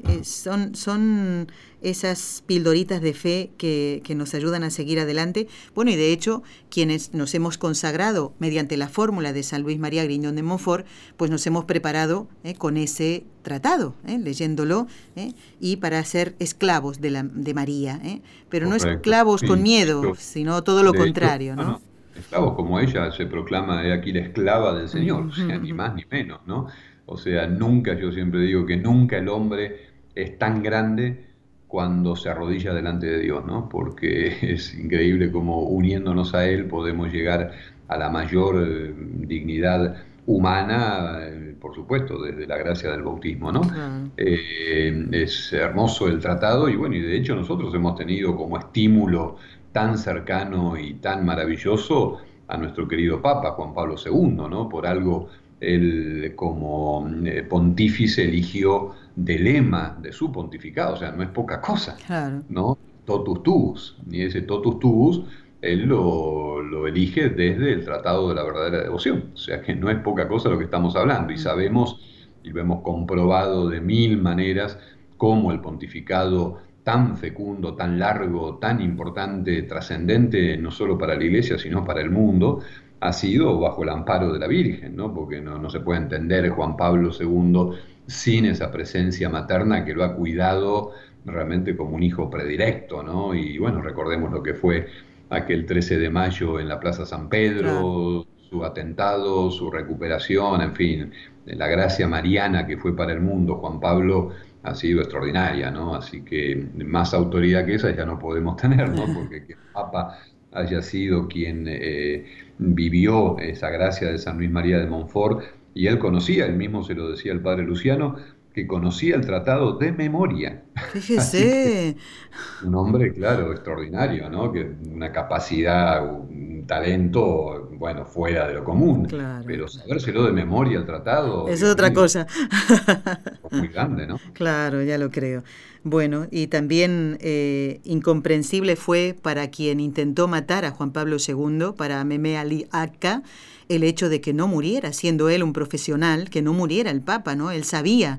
Son esas pildoritas de fe que nos ayudan a seguir adelante. Bueno, y de hecho, quienes nos hemos consagrado mediante la fórmula de San Luis María Griñón de Montfort, pues nos hemos preparado con ese tratado, leyéndolo, y para ser esclavos de María, pero no Correcto. esclavos con Sí, miedo, sino todo lo de hecho, contrario, no, ¿no? no, esclavos como ella se proclama, he aquí la esclava del Señor, o sea, ni más ni menos, ¿no? O sea, nunca, yo siempre digo que nunca el hombre es tan grande cuando se arrodilla delante de Dios, ¿no? Porque es increíble cómo uniéndonos a Él podemos llegar a la mayor dignidad humana, por supuesto, desde la gracia del bautismo, ¿no? Claro. Es hermoso el tratado y bueno, y de hecho nosotros hemos tenido como estímulo tan cercano y tan maravilloso a nuestro querido Papa Juan Pablo II, ¿no? Por algo él como pontífice eligió de lema de su pontificado, o sea, no es poca cosa, Claro. ¿no? Totus tuus, y ese totus tuus él lo elige desde el Tratado de la Verdadera Devoción, o sea que no es poca cosa lo que estamos hablando y sabemos y lo hemos comprobado de mil maneras cómo el pontificado tan fecundo, tan largo, tan importante, trascendente, no solo para la Iglesia, sino para el mundo, ha sido bajo el amparo de la Virgen, ¿no? Porque no se puede entender Juan Pablo II sin esa presencia materna que lo ha cuidado realmente como un hijo predilecto, ¿no? Y bueno, recordemos lo que fue aquel 13 de mayo en la Plaza San Claro. Pedro, su atentado, su recuperación, en fin, la gracia mariana que fue para el mundo Juan Pablo ha sido extraordinaria, ¿no? Así que más autoridad que esa ya no podemos tener, ¿no? Porque que el Papa haya sido quien vivió esa gracia de San Luis María de Montfort, y él conocía, él mismo se lo decía el padre Luciano, que conocía el tratado de memoria. Así que Fíjese. un hombre, claro, extraordinario, ¿no? Que una capacidad, un talento, bueno, fuera de lo común, Claro, pero claro. sabérselo de memoria el tratado, Es Dios otra mío, cosa. muy grande, ¿no? Claro, ya lo creo. Bueno, y también incomprensible fue para quien intentó matar a Juan Pablo II, para Meme Ali Akka, el hecho de que no muriera, siendo él un profesional, que no muriera el Papa, ¿no? Él sabía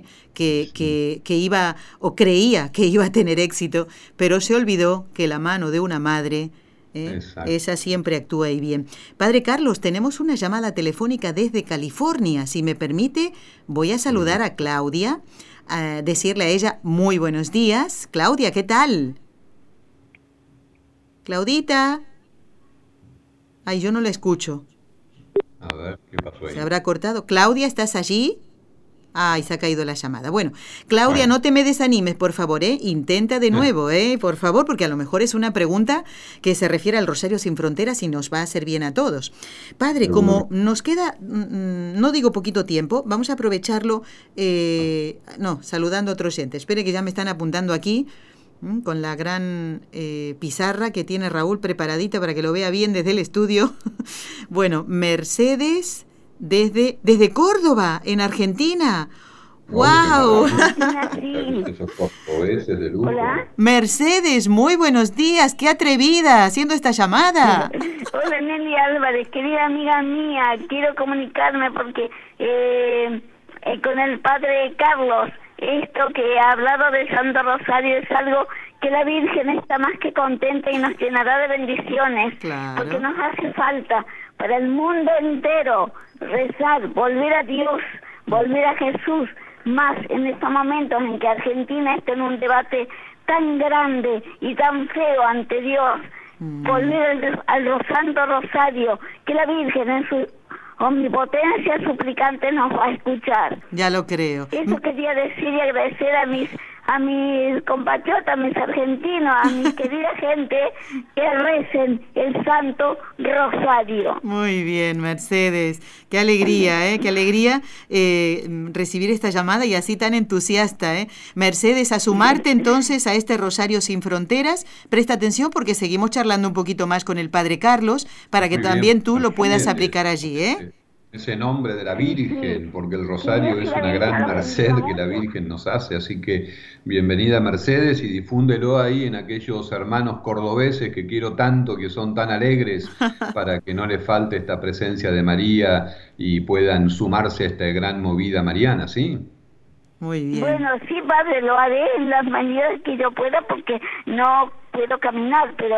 Sí, que iba, o creía que iba a tener éxito, pero se olvidó que la mano de una madre, exacto. esa siempre actúa y bien. Padre Carlos, tenemos una llamada telefónica desde California. Si me permite, voy a saludar a Claudia, a decirle a ella muy buenos días. Claudia, ¿qué tal? Claudita. Ay, yo no la escucho. A ver, ¿qué pasó ¿Se ahí? habrá cortado? Claudia, ¿estás allí? Ay, se ha caído la llamada. Bueno, Claudia, no te me desanimes, por favor, ¿eh? Intenta de nuevo, por favor, porque a lo mejor es una pregunta que se refiere al Rosario Sin Fronteras y nos va a hacer bien a todos. Padre, como nos queda, no digo poquito tiempo, vamos a aprovecharlo, saludando a otro oyente. Espere que ya me están apuntando aquí, con la gran pizarra que tiene Raúl preparadita para que lo vea bien desde el estudio. Bueno, Mercedes desde Córdoba, en Argentina. ¡Wow! Hola. Mercedes, muy buenos días. ¡Qué atrevida haciendo esta llamada! Hola, Nelly Álvarez, querida amiga mía. Quiero comunicarme porque con el padre Carlos, esto que ha hablado del Santo Rosario es algo que la Virgen está más que contenta y nos llenará de bendiciones. Claro. Porque nos hace falta para el mundo entero rezar, volver a Dios, volver a Jesús, más en estos momentos en que Argentina está en un debate tan grande y tan feo ante Dios. Volver al Santo Rosario, que la Virgen en su omnipotencia suplicante nos va a escuchar. Ya lo creo. Eso quería decir y agradecer a mis compatriotas, a mis argentinos, a mi querida gente que recen el Santo Rosario. Muy bien, Mercedes. Qué alegría, qué alegría recibir esta llamada y así tan entusiasta, Mercedes, a sumarte entonces a este Rosario Sin Fronteras. Presta atención porque seguimos charlando un poquito más con el Padre Carlos para que también tú lo puedas aplicar allí, Ese nombre de la Virgen, porque el Rosario es una gran merced que la Virgen nos hace, así que bienvenida Mercedes y difúndelo ahí en aquellos hermanos cordobeses que quiero tanto, que son tan alegres, para que no les falte esta presencia de María y puedan sumarse a esta gran movida mariana, ¿sí? Muy bien. Bueno, sí, padre, lo haré en las maneras que yo pueda porque no puedo caminar, pero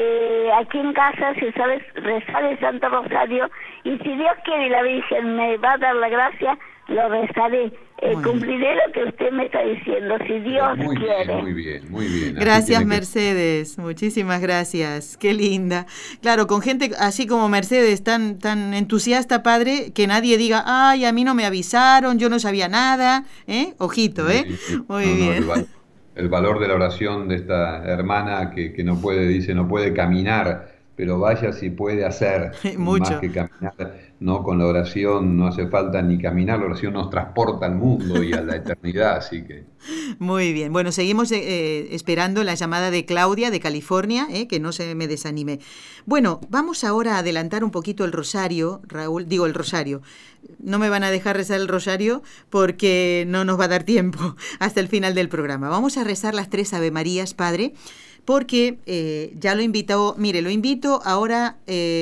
aquí en casa se sabe rezar el Santo Rosario y si Dios quiere y la Virgen me va a dar la gracia, lo rezaré. Cumpliré lo que usted me está diciendo, si Dios quiere. Muy bien. Gracias, Mercedes. Muchísimas gracias. Qué linda. Claro, con gente así como Mercedes, tan entusiasta, padre, que nadie diga, ay, a mí no me avisaron, yo no sabía nada. Ojito, Muy bien. El valor de la oración de esta hermana que no puede caminar, pero vaya si puede hacer. Mucho. Más que caminar, no, con la oración no hace falta ni caminar, la oración nos transporta al mundo y a la eternidad, así que... Muy bien, bueno, seguimos esperando la llamada de Claudia de California, que no se me desanime. Bueno, vamos ahora a adelantar un poquito el rosario, Raúl, digo el rosario. No me van a dejar rezar el rosario porque no nos va a dar tiempo hasta el final del programa. Vamos a rezar las 3 Ave Marías, Padre, porque ya lo invito ahora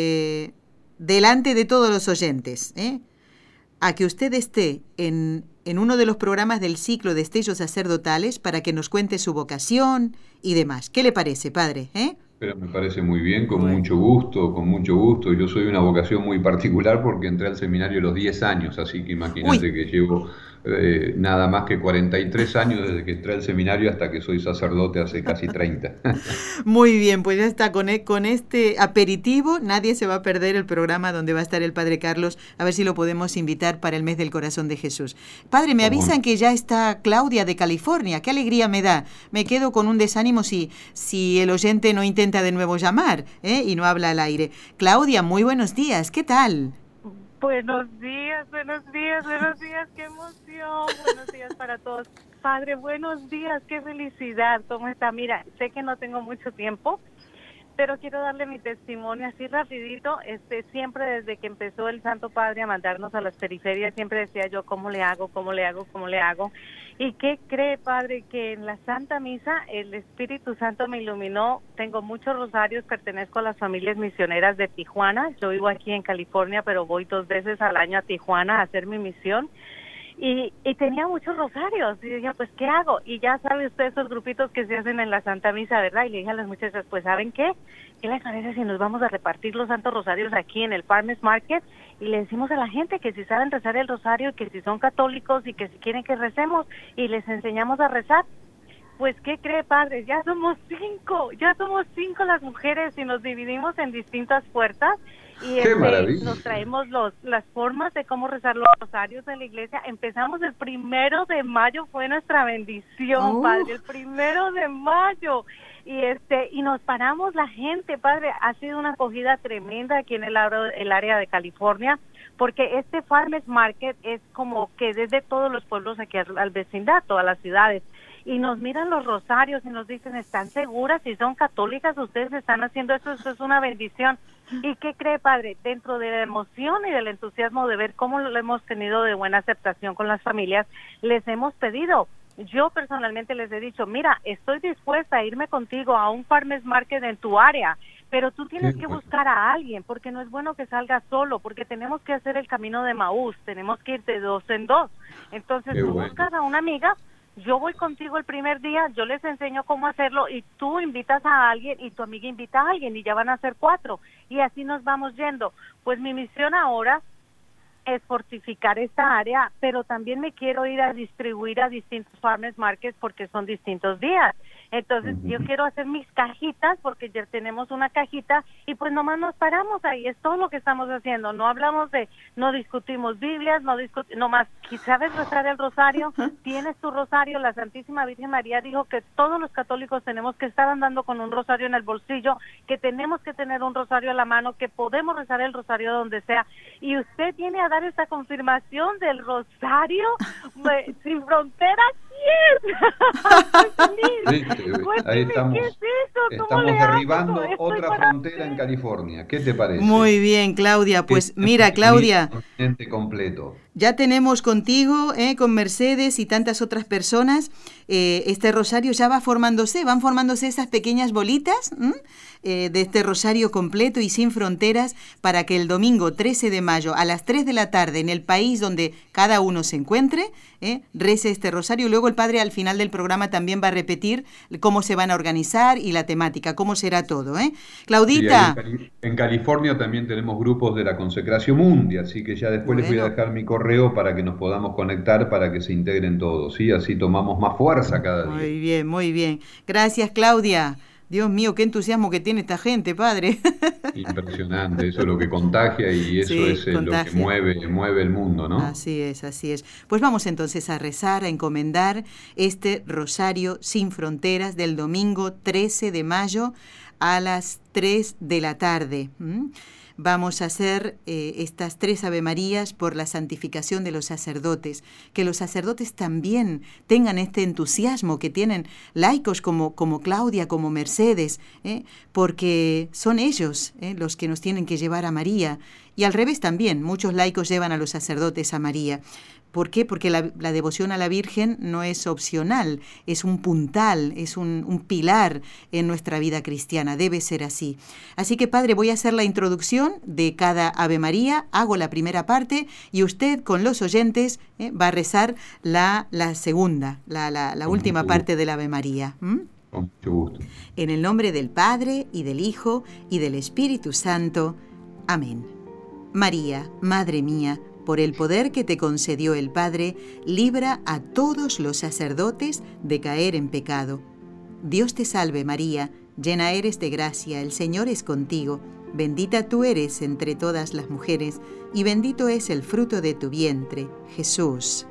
delante de todos los oyentes, a que usted esté en uno de los programas del ciclo de Destellos Sacerdotales para que nos cuente su vocación y demás. ¿Qué le parece, padre? Pero me parece muy bien, con mucho gusto. Yo soy una vocación muy particular porque entré al seminario a los 10 años, así que imagínate que llevo nada más que 43 años desde que entré al seminario hasta que soy sacerdote hace casi 30. Muy bien, pues ya está, con este aperitivo nadie se va a perder el programa donde va a estar el Padre Carlos, a ver si lo podemos invitar para el mes del Corazón de Jesús. Padre, me avisan que ya está Claudia de California, qué alegría me da, me quedo con un desánimo si el oyente no intenta de nuevo llamar y no habla al aire. Claudia, muy buenos días, ¿qué tal? Buenos días, qué emoción, buenos días para todos. Padre, buenos días, qué felicidad, ¿cómo está? Mira, sé que no tengo mucho tiempo, pero quiero darle mi testimonio así rapidito. Siempre desde que empezó el Santo Padre a mandarnos a las periferias, siempre decía yo, ¿cómo le hago? ¿Y qué cree, Padre? Que en la Santa Misa el Espíritu Santo me iluminó. Tengo muchos rosarios, pertenezco a las familias misioneras de Tijuana. Yo vivo aquí en California, pero voy 2 veces al año a Tijuana a hacer mi misión. Y tenía muchos rosarios. Y dije, pues, ¿qué hago? Y ya sabe usted esos grupitos que se hacen en la Santa Misa, ¿verdad? Y le dije a las muchachas, pues, ¿saben qué? ¿Qué les parece si nos vamos a repartir los santos rosarios aquí en el Farmers Market? Y le decimos a la gente que si saben rezar el rosario, que si son católicos y que si quieren que recemos, y les enseñamos a rezar. Pues, ¿qué cree, padre? Ya somos 5 las mujeres y nos dividimos en distintas puertas. Y ¡qué maravilla! Nos traemos las formas de cómo rezar los rosarios en la iglesia. Empezamos el 1 de mayo, fue nuestra bendición, Padre, el 1 de mayo. Y nos paramos la gente, Padre, ha sido una acogida tremenda aquí en el área de California, porque este Farmers Market es como que desde todos los pueblos aquí al vecindad, todas las ciudades, y nos miran los rosarios y nos dicen, ¿están seguras? Si son católicas, ustedes están haciendo eso es una bendición. ¿Y qué cree, Padre? Dentro de la emoción y del entusiasmo de ver cómo lo hemos tenido de buena aceptación con las familias, les hemos pedido. Yo personalmente les he dicho, mira, estoy dispuesta a irme contigo a un Farmers Market en tu área, pero tú tienes que buscar a alguien, porque no es bueno que salgas solo, porque tenemos que hacer el camino de Maús, tenemos que ir de 2 en 2. Entonces tú buscas a una amiga, yo voy contigo el primer día, yo les enseño cómo hacerlo y tú invitas a alguien y tu amiga invita a alguien y ya van a ser 4 y así nos vamos yendo. Pues mi misión ahora es fortificar esta área, pero también me quiero ir a distribuir a distintos farmers markets porque son distintos días. Entonces yo quiero hacer mis cajitas porque ya tenemos una cajita y pues nomás nos paramos ahí, es todo lo que estamos haciendo. No hablamos no discutimos Biblias, nomás, ¿sabes rezar el rosario? Tienes tu rosario, la Santísima Virgen María dijo que todos los católicos tenemos que estar andando con un rosario en el bolsillo, que tenemos que tener un rosario a la mano, que podemos rezar el rosario donde sea. Y usted viene a dar esta confirmación del rosario sin fronteras. Ahí estamos. ¿Qué es eso? Estamos derribando otra frontera en California. ¿Qué te parece? Muy bien, Claudia. Pues mira, Claudia, completo. Ya tenemos contigo, con Mercedes y tantas otras personas, este rosario ya van formándose esas pequeñas bolitas de este rosario completo y sin fronteras para que el domingo 13 de mayo a las 3 de la tarde en el país donde cada uno se encuentre, rece este rosario. Luego el padre al final del programa también va a repetir cómo se van a organizar y la temática, cómo será todo. Claudita. Sí, en California también tenemos grupos de la Consecración Mundial, así que ya después les voy a dejar mi correo para que nos podamos conectar, para que se integren todos, ¿sí? Así tomamos más fuerza cada día. Muy bien, muy bien. Gracias, Claudia. Dios mío, qué entusiasmo que tiene esta gente, padre. Impresionante, eso es lo que contagia y eso es lo que mueve el mundo, ¿no? Así es, así es. Pues vamos entonces a rezar, a encomendar este rosario sin fronteras del domingo 13 de mayo a las 3 de la tarde. Vamos a hacer estas 3 Ave Marías por la santificación de los sacerdotes, que los sacerdotes también tengan este entusiasmo que tienen laicos como Claudia, como Mercedes, porque son ellos los que nos tienen que llevar a María, y al revés también, muchos laicos llevan a los sacerdotes a María. ¿Por qué? Porque la devoción a la Virgen no es opcional, es un puntal, es un pilar en nuestra vida cristiana, debe ser así. Así que, Padre, voy a hacer la introducción de cada Ave María, hago la primera parte y usted con los oyentes va a rezar la segunda, la última parte de la Ave María. Con mucho gusto. En el nombre del Padre, y del Hijo, y del Espíritu Santo. Amén. María, Madre mía, por el poder que te concedió el Padre, libra a todos los sacerdotes de caer en pecado. Dios te salve María, llena eres de gracia, el Señor es contigo, bendita tú eres entre todas las mujeres, y bendito es el fruto de tu vientre, Jesús.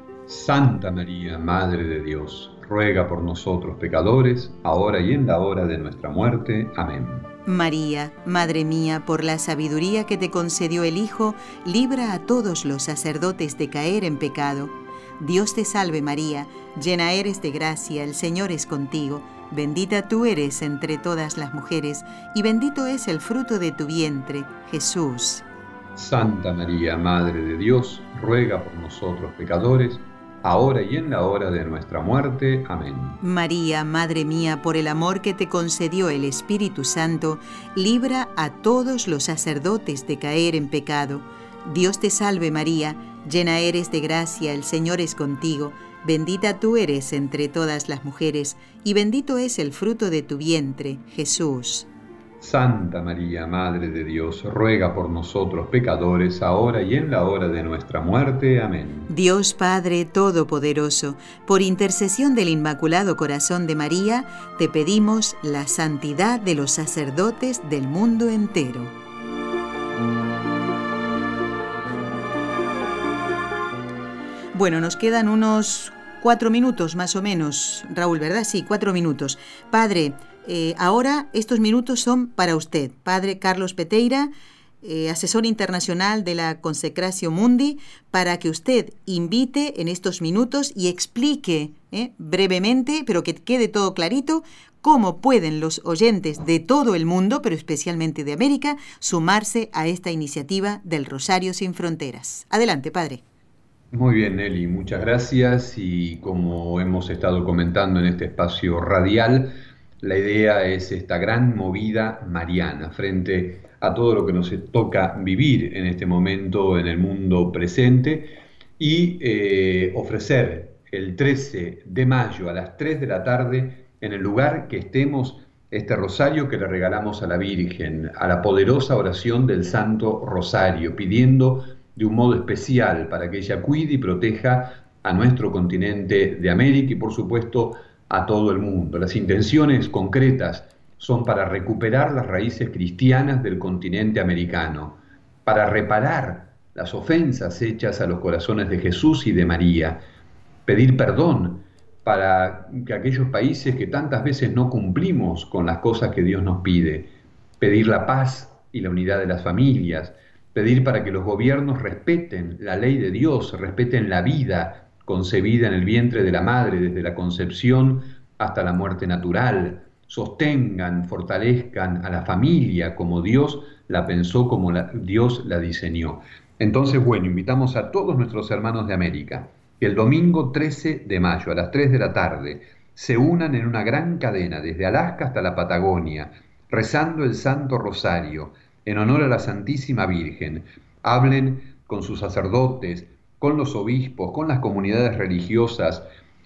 Santa María, Madre de Dios, ruega por nosotros pecadores, ahora y en la hora de nuestra muerte. Amén. María, Madre mía, por la sabiduría que te concedió el Hijo, libra a todos los sacerdotes de caer en pecado. Dios te salve María, llena eres de gracia, el Señor es contigo, bendita tú eres entre todas las mujeres, y bendito es el fruto de tu vientre, Jesús. Santa María, Madre de Dios, ruega por nosotros pecadores, ahora y en la hora de nuestra muerte. Amén. María, Madre mía, por el amor que te concedió el Espíritu Santo, libra a todos los sacerdotes de caer en pecado. Dios te salve María, llena eres de gracia, el Señor es contigo, bendita tú eres entre todas las mujeres, y bendito es el fruto de tu vientre, Jesús. Santa María, Madre de Dios, ruega por nosotros pecadores, ahora y en la hora de nuestra muerte. Amén. Dios Padre Todopoderoso, por intercesión del Inmaculado Corazón de María, te pedimos la santidad de los sacerdotes del mundo entero. Bueno, nos quedan unos 4 minutos más o menos, Raúl, ¿verdad? Sí, 4 minutos. Padre, ahora estos minutos son para usted, Padre Carlos Peteira, asesor internacional de la Consecratio Mundi, para que usted invite en estos minutos y explique brevemente, pero que quede todo clarito, cómo pueden los oyentes de todo el mundo, pero especialmente de América, sumarse a esta iniciativa del Rosario Sin Fronteras. Adelante, Padre. Muy bien, Nelly, muchas gracias. Y como hemos estado comentando en este espacio radial, la idea es esta gran movida mariana frente a todo lo que nos toca vivir en este momento en el mundo presente y ofrecer el 13 de mayo a las 3 de la tarde, en el lugar que estemos, este rosario que le regalamos a la Virgen, a la poderosa oración del Santo Rosario, pidiendo de un modo especial para que ella cuide y proteja a nuestro continente de América y por supuesto a todo el mundo. Las intenciones concretas son para recuperar las raíces cristianas del continente americano, para reparar las ofensas hechas a los corazones de Jesús y de María, pedir perdón para que aquellos países que tantas veces no cumplimos con las cosas que Dios nos pide, pedir la paz y la unidad de las familias, pedir para que los gobiernos respeten la ley de Dios, respeten la vida concebida en el vientre de la madre desde la concepción hasta la muerte natural, sostengan, fortalezcan a la familia como Dios la pensó, como Dios la diseñó. Entonces, bueno, invitamos a todos nuestros hermanos de América que el domingo 13 de mayo a las 3 de la tarde se unan en una gran cadena desde Alaska hasta la Patagonia, rezando el Santo Rosario en honor a la Santísima Virgen. Hablen con sus sacerdotes, con los obispos, con las comunidades religiosas,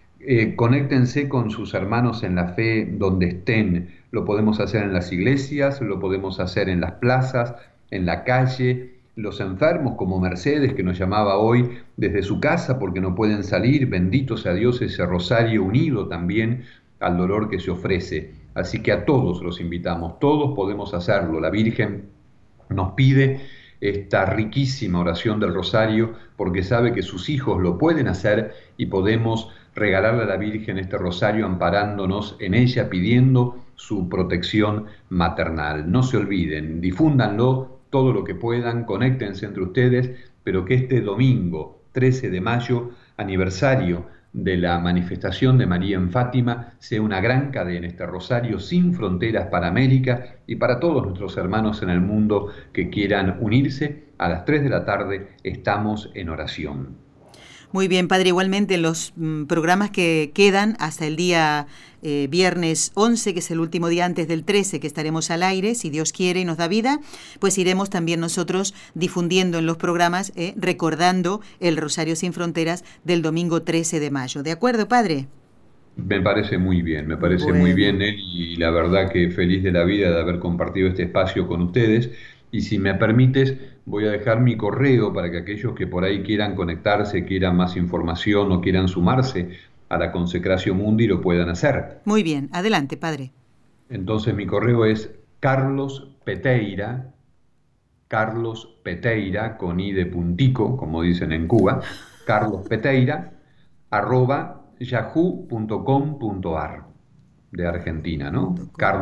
conéctense con sus hermanos en la fe donde estén. Lo podemos hacer en las iglesias, lo podemos hacer en las plazas, en la calle. Los enfermos como Mercedes, que nos llamaba hoy desde su casa porque no pueden salir, bendito sea Dios, ese rosario unido también al dolor que se ofrece. Así que a todos los invitamos, todos podemos hacerlo. La Virgen nos pide esta riquísima oración del rosario porque sabe que sus hijos lo pueden hacer y podemos regalarle a la Virgen este rosario amparándonos en ella, pidiendo su protección maternal. No se olviden, difúndanlo todo lo que puedan, conéctense entre ustedes, pero que este domingo 13 de mayo, aniversario de la manifestación de María en Fátima, sea una gran cadena, este rosario sin fronteras para América y para todos nuestros hermanos en el mundo que quieran unirse. A las 3 de la tarde estamos en oración. Muy bien, Padre, igualmente en los programas que quedan hasta el día viernes 11, que es el último día antes del 13, que estaremos al aire, si Dios quiere y nos da vida, pues iremos también nosotros difundiendo en los programas, recordando el Rosario Sin Fronteras del domingo 13 de mayo. ¿De acuerdo, Padre? Me parece muy bien, muy bien, y la verdad que feliz de la vida de haber compartido este espacio con ustedes. Y si me permites, voy a dejar mi correo para que aquellos que por ahí quieran conectarse, quieran más información o quieran sumarse a la Consecratio Mundi lo puedan hacer. Muy bien, adelante, Padre. Entonces mi correo es Carlos Peteira con i de puntico, como dicen en Cuba, carlospeteira@yahoo.com.ar. de Argentina, ¿no?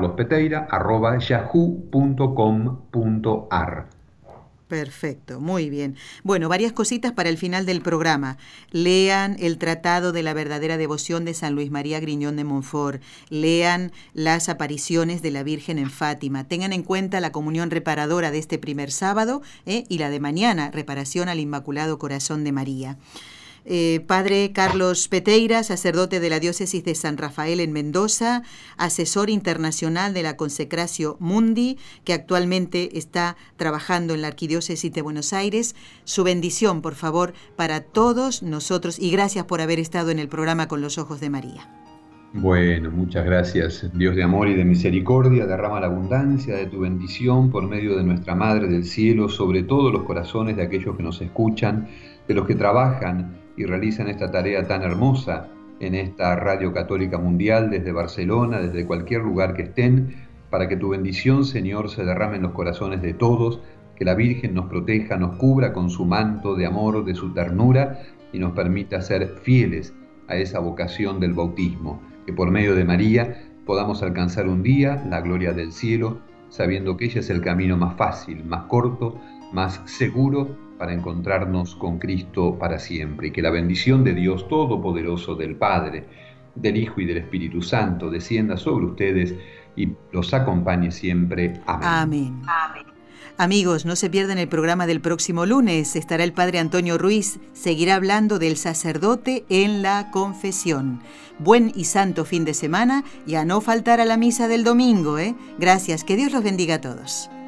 carlospeteira@yahoo.com.ar. Perfecto, muy bien. Bueno, varias cositas para el final del programa. Lean el Tratado de la Verdadera Devoción de San Luis María Griñón de Montfort. Lean las apariciones de la Virgen en Fátima. Tengan en cuenta la comunión reparadora de este primer sábado y la de mañana, reparación al Inmaculado Corazón de María. Padre Carlos Peteira, sacerdote de la diócesis de San Rafael en Mendoza, asesor internacional de la Consecratio Mundi, que actualmente está trabajando en la Arquidiócesis de Buenos Aires. Su bendición, por favor, para todos nosotros y gracias por haber estado en el programa Con los Ojos de María. Bueno, muchas gracias. Dios de amor y de misericordia, derrama la abundancia de tu bendición por medio de nuestra Madre del Cielo sobre todos los corazones de aquellos que nos escuchan, de los que trabajan y realizan esta tarea tan hermosa en esta Radio Católica Mundial desde Barcelona, desde cualquier lugar que estén, para que tu bendición, Señor, se derrame en los corazones de todos, que la Virgen nos proteja, nos cubra con su manto de amor, de su ternura, y nos permita ser fieles a esa vocación del bautismo, que por medio de María podamos alcanzar un día la gloria del cielo, sabiendo que ella es el camino más fácil, más corto, más seguro para encontrarnos con Cristo para siempre, y que la bendición de Dios Todopoderoso, del Padre, del Hijo y del Espíritu Santo descienda sobre ustedes y los acompañe siempre. Amén. Amén. Amén. Amigos, no se pierdan el programa del próximo lunes. Estará el Padre Antonio Ruiz. Seguirá hablando del sacerdote en la confesión. Buen y santo fin de semana y a no faltar a la misa del domingo, ¿eh? Gracias. Que Dios los bendiga a todos.